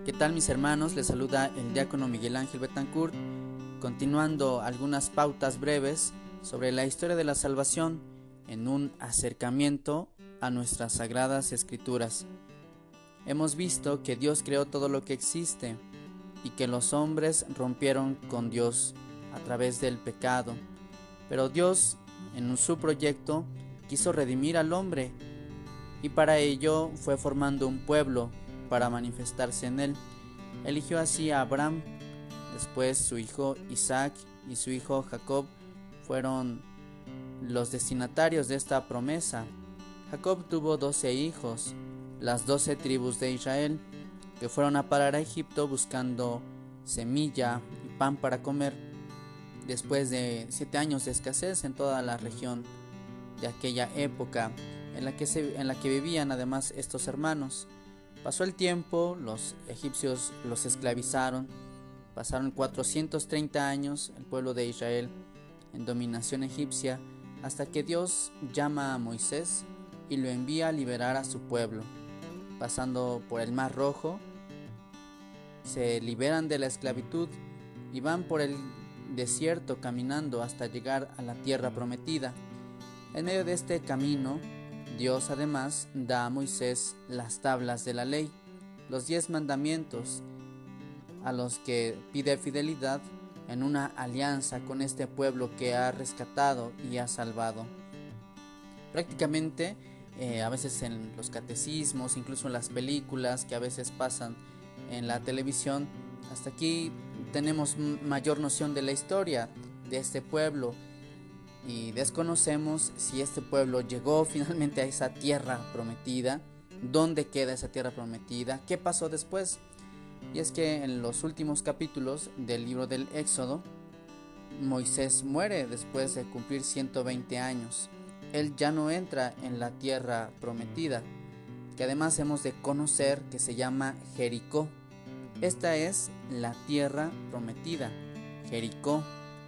¿Qué tal, mis hermanos? Les saluda el diácono Miguel Ángel Betancourt, continuando algunas pautas breves sobre la historia de la salvación en un acercamiento a nuestras sagradas escrituras. Hemos visto que Dios creó todo lo que existe y que los hombres rompieron con Dios a través del pecado, pero Dios, en su proyecto, quiso redimir al hombre y para ello fue formando un pueblo para manifestarse en él. Eligió así a Abraham, después su hijo Isaac y su hijo Jacob fueron los destinatarios de esta promesa. Jacob tuvo 12 hijos, las 12 tribus de Israel, que fueron a parar a Egipto buscando semilla y pan para comer, después de 7 años de escasez en toda la región de aquella época en la que vivían además estos hermanos. Pasó el tiempo, los egipcios los esclavizaron, pasaron 430 años el pueblo de Israel en dominación egipcia, hasta que Dios llama a Moisés y lo envía a liberar a su pueblo. Pasando por el Mar Rojo, se liberan de la esclavitud y van por el desierto caminando hasta llegar a la tierra prometida. En medio de este camino, Dios además da a Moisés las tablas de la ley, los 10 mandamientos, a los que pide fidelidad en una alianza con este pueblo que ha rescatado y ha salvado. Prácticamente, a veces en los catecismos, incluso en las películas que a veces pasan en la televisión, hasta aquí tenemos mayor noción de la historia de este pueblo. Y desconocemos si este pueblo llegó finalmente a esa tierra prometida, dónde queda esa tierra prometida, qué pasó después. Y es que en los últimos capítulos del libro del Éxodo, Moisés muere después de cumplir 120 años. Él ya no entra en la tierra prometida, que además hemos de conocer que se llama Jericó. Esta es la tierra prometida, Jericó.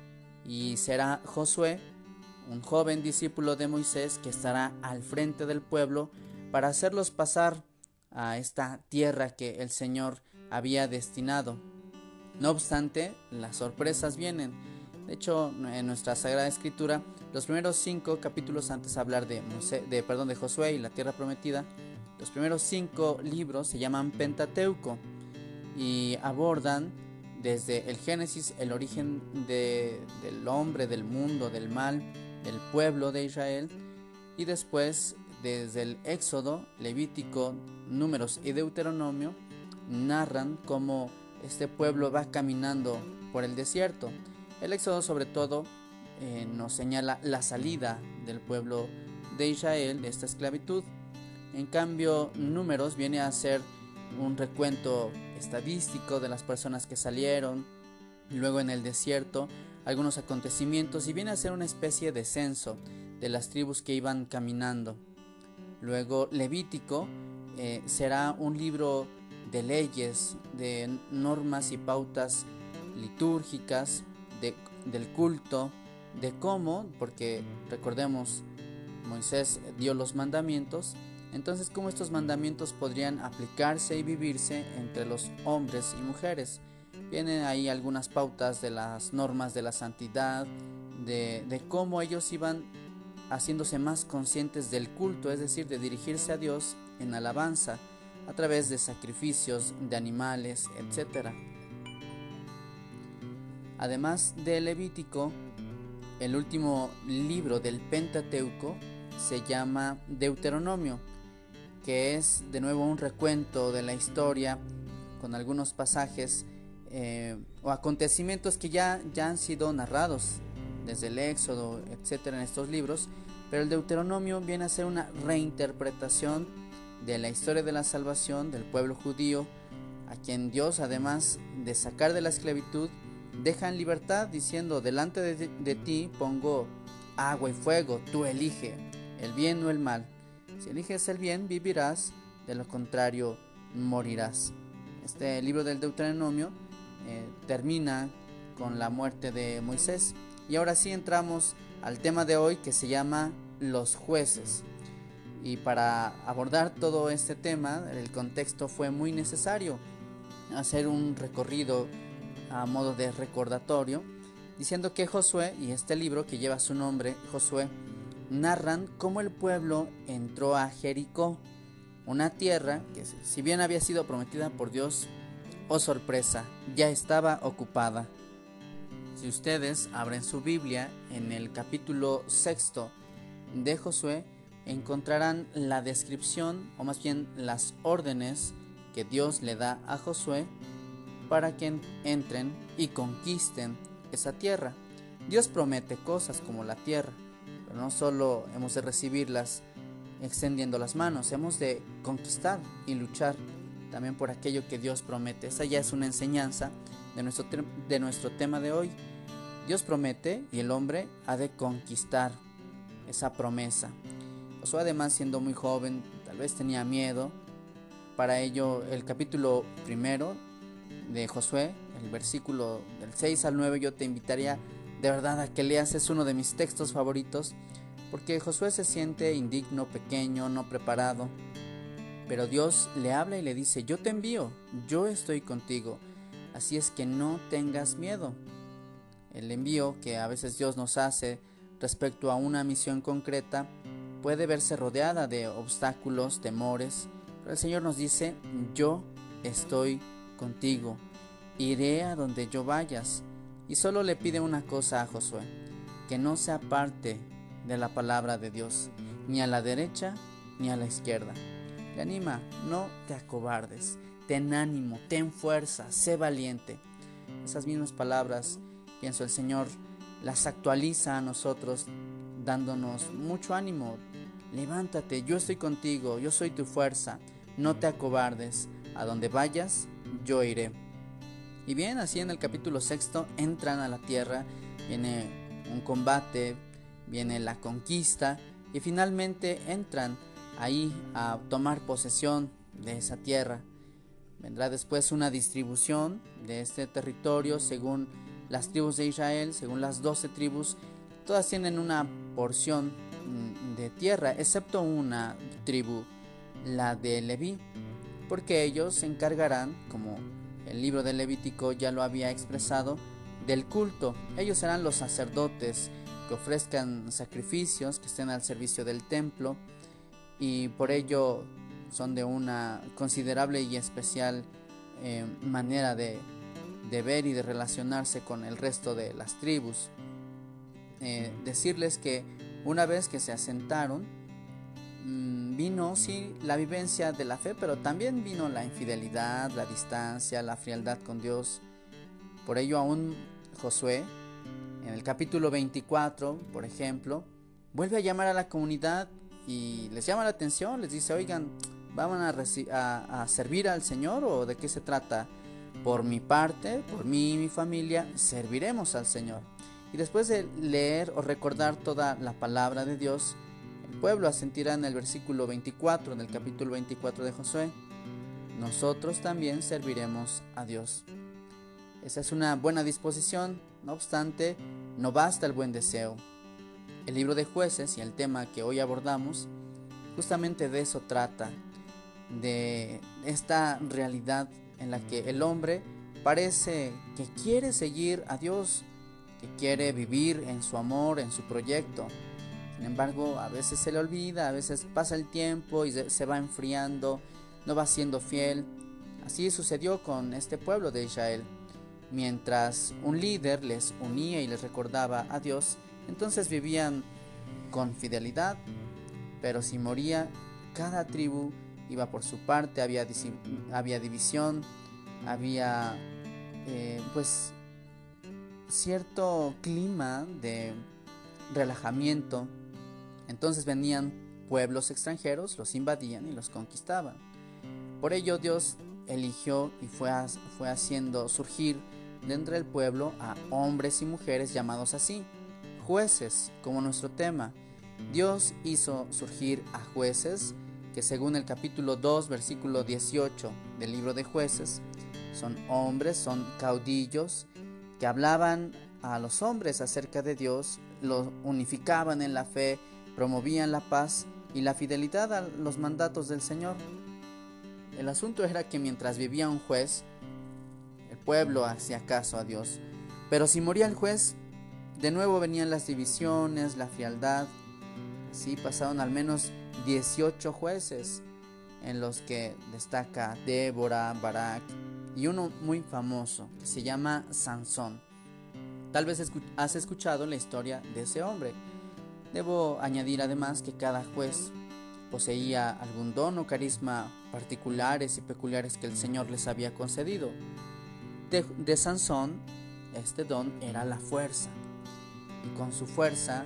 Y será Josué, un joven discípulo de Moisés, que estará al frente del pueblo para hacerlos pasar a esta tierra que el Señor había destinado. No obstante, las sorpresas vienen. De hecho, en nuestra Sagrada Escritura, los primeros 5 capítulos antes de hablar de Josué y la tierra prometida, los primeros 5 libros se llaman Pentateuco y abordan desde el Génesis, el origen del hombre, del mundo, del mal, del pueblo de Israel, y después desde el Éxodo, Levítico, Números y Deuteronomio narran cómo este pueblo va caminando por el desierto. El Éxodo sobre todo nos señala la salida del pueblo de Israel de esta esclavitud. En cambio, Números viene a ser un recuento estadístico de las personas que salieron, luego en el desierto, algunos acontecimientos, y viene a ser una especie de censo de las tribus que iban caminando. Luego Levítico será un libro de leyes, de normas y pautas litúrgicas, del culto, de cómo, porque recordemos, Moisés dio los mandamientos, entonces cómo estos mandamientos podrían aplicarse y vivirse entre los hombres y mujeres. Vienen ahí algunas pautas de las normas de la santidad, de cómo ellos iban haciéndose más conscientes del culto, es decir, de dirigirse a Dios en alabanza a través de sacrificios de animales, etc. Además de Levítico, el último libro del Pentateuco se llama Deuteronomio, que es de nuevo un recuento de la historia con algunos pasajes o acontecimientos que ya han sido narrados desde el Éxodo, etcétera, en estos libros, pero el Deuteronomio viene a ser una reinterpretación de la historia de la salvación del pueblo judío, a quien Dios, además de sacar de la esclavitud, deja en libertad diciendo: delante de ti pongo agua y fuego, tú elige el bien o el mal. Si eliges el bien, vivirás, de lo contrario, morirás. Este libro del Deuteronomio termina con la muerte de Moisés. Y ahora sí entramos al tema de hoy, que se llama los jueces. Y para abordar todo este tema, el contexto fue muy necesario. hacer un recorrido a modo de recordatorio, diciendo que Josué y este libro que lleva su nombre, Josué, narran cómo el pueblo entró a Jericó, una tierra que, si bien había sido prometida por Dios, oh sorpresa, ya estaba ocupada. Si ustedes abren su Biblia en el capítulo 6 de Josué, encontrarán la descripción, o más bien las órdenes que Dios le da a Josué para que entren y conquisten esa tierra. Dios promete cosas como la tierra, pero no solo hemos de recibirlas extendiendo las manos, hemos de conquistar y luchar también por aquello que Dios promete. Esa ya es una enseñanza de nuestro tema de hoy. Dios promete y el hombre ha de conquistar esa promesa. Josué, además, siendo muy joven, tal vez tenía miedo. Para ello, el capítulo 1 de Josué, el versículo del 6 al 9, yo te invitaría de verdad a que leas. Es uno de mis textos favoritos, porque Josué se siente indigno, pequeño, no preparado, pero Dios le habla y le dice: yo te envío, yo estoy contigo, así es que no tengas miedo. El envío que a veces Dios nos hace respecto a una misión concreta puede verse rodeada de obstáculos, temores, pero el Señor nos dice: yo estoy contigo, iré a donde yo vayas. Y solo le pide una cosa a Josué: que no se aparte de la palabra de Dios, ni a la derecha ni a la izquierda. Le anima: no te acobardes, ten ánimo, ten fuerza, sé valiente. Esas mismas palabras, pienso, el Señor las actualiza a nosotros, dándonos mucho ánimo. Levántate, yo estoy contigo, yo soy tu fuerza, no te acobardes, a donde vayas, yo iré. Y bien, así en el capítulo 6 entran a la tierra, viene un combate, viene la conquista y finalmente entran ahí a tomar posesión de esa tierra. Vendrá después una distribución de este territorio según las tribus de Israel, según las 12 tribus. Todas tienen una porción de tierra, excepto una tribu, la de Leví, porque ellos se encargarán, como el libro de Levítico ya lo había expresado, del culto. Ellos serán los sacerdotes que ofrezcan sacrificios, que estén al servicio del templo, y por ello son de una considerable y especial manera de ver y de relacionarse con el resto de las tribus. Decirles que una vez que se asentaron, vino sí la vivencia de la fe, pero también vino la infidelidad, la distancia, la frialdad con Dios. Por ello aún Josué, en el capítulo 24, por ejemplo, vuelve a llamar a la comunidad y les llama la atención, les dice: oigan, ¿van a servir al Señor o de qué se trata? Por mi parte, por mí y mi familia, serviremos al Señor. Y después de leer o recordar toda la palabra de Dios, el pueblo asentirá en el versículo 24, en el capítulo 24 de Josué: nosotros también serviremos a Dios. Esa es una buena disposición, no obstante, no basta el buen deseo. El libro de Jueces y el tema que hoy abordamos, justamente de eso trata, de esta realidad en la que el hombre parece que quiere seguir a Dios, que quiere vivir en su amor, en su proyecto. Sin embargo, a veces se le olvida, a veces pasa el tiempo y se va enfriando, no va siendo fiel. Así sucedió con este pueblo de Israel. Mientras un líder les unía y les recordaba a Dios, entonces vivían con fidelidad, pero si moría, cada tribu iba por su parte, había división, había pues cierto clima de relajamiento. Entonces venían pueblos extranjeros, los invadían y los conquistaban. Por ello Dios eligió y fue haciendo surgir dentro del pueblo a hombres y mujeres llamados así, jueces, como nuestro tema. Dios hizo surgir a jueces que, según el capítulo 2, versículo 18 del libro de Jueces, son hombres, son caudillos que hablaban a los hombres acerca de Dios, los unificaban en la fe, promovían la paz y la fidelidad a los mandatos del Señor. El asunto era que mientras vivía un juez, pueblo hacía caso a Dios. Pero si moría el juez, de nuevo venían las divisiones, la frialdad. Así pasaron al menos 18 jueces, en los que destaca Débora, Barak y uno muy famoso que se llama Sansón. Tal vez has escuchado la historia de ese hombre. Debo añadir además que cada juez poseía algún don o carisma particulares y peculiares que el Señor les había concedido. De Sansón, este don era la fuerza, y con su fuerza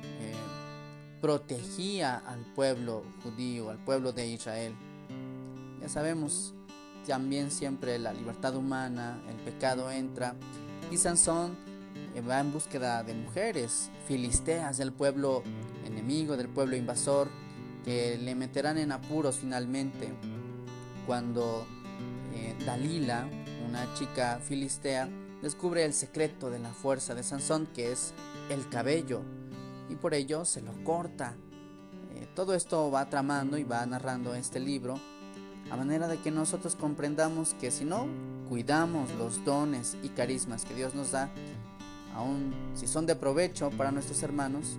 protegía al pueblo judío, al pueblo de Israel. Ya sabemos, también siempre la libertad humana, el pecado entra, y Sansón va en búsqueda de mujeres filisteas del pueblo enemigo, del pueblo invasor, que le meterán en apuros finalmente cuando Dalila, una chica filistea, descubre el secreto de la fuerza de Sansón, que es el cabello, y por ello se lo corta. Todo esto va tramando y va narrando este libro, a manera de que nosotros comprendamos que si no cuidamos los dones y carismas que Dios nos da, aun si son de provecho para nuestros hermanos,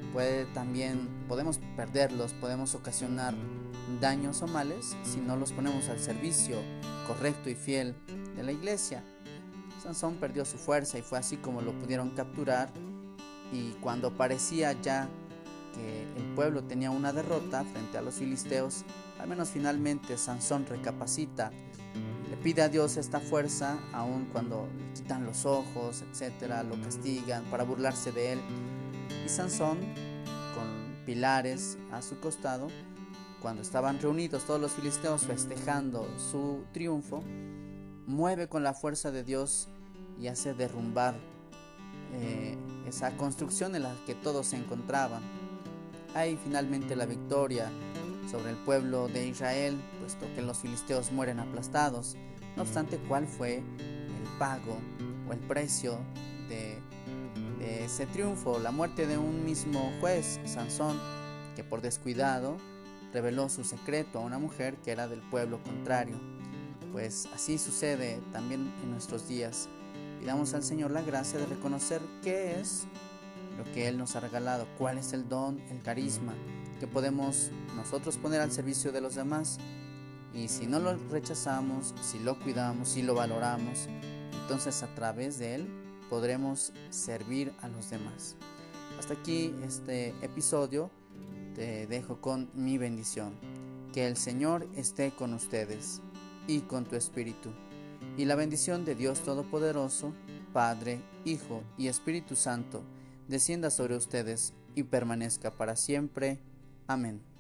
podemos perderlos, podemos ocasionar daños o males si no los ponemos al servicio correcto y fiel de la iglesia. Sansón perdió su fuerza y fue así como lo pudieron capturar, y cuando parecía ya que el pueblo tenía una derrota frente a los filisteos, al menos finalmente Sansón recapacita, le pide a Dios esta fuerza, aun cuando le quitan los ojos, etcétera, lo castigan para burlarse de él. Y Sansón, con pilares a su costado, cuando estaban reunidos todos los filisteos festejando su triunfo, mueve con la fuerza de Dios y hace derrumbar esa construcción en la que todos se encontraban. Hay finalmente la victoria sobre el pueblo de Israel, puesto que los filisteos mueren aplastados. No obstante, ¿cuál fue el pago o el precio de ese triunfo? La muerte de un mismo juez, Sansón, que por descuidado reveló su secreto a una mujer que era del pueblo contrario. Pues así sucede también en nuestros días. Pidamos al Señor la gracia de reconocer qué es lo que Él nos ha regalado, cuál es el don, el carisma que podemos nosotros poner al servicio de los demás. Y si no lo rechazamos, si lo cuidamos, si lo valoramos, entonces a través de Él podremos servir a los demás. Hasta aquí este episodio. Te dejo con mi bendición. Que el Señor esté con ustedes y con tu espíritu. Y la bendición de Dios Todopoderoso, Padre, Hijo y Espíritu Santo, descienda sobre ustedes y permanezca para siempre. Amén.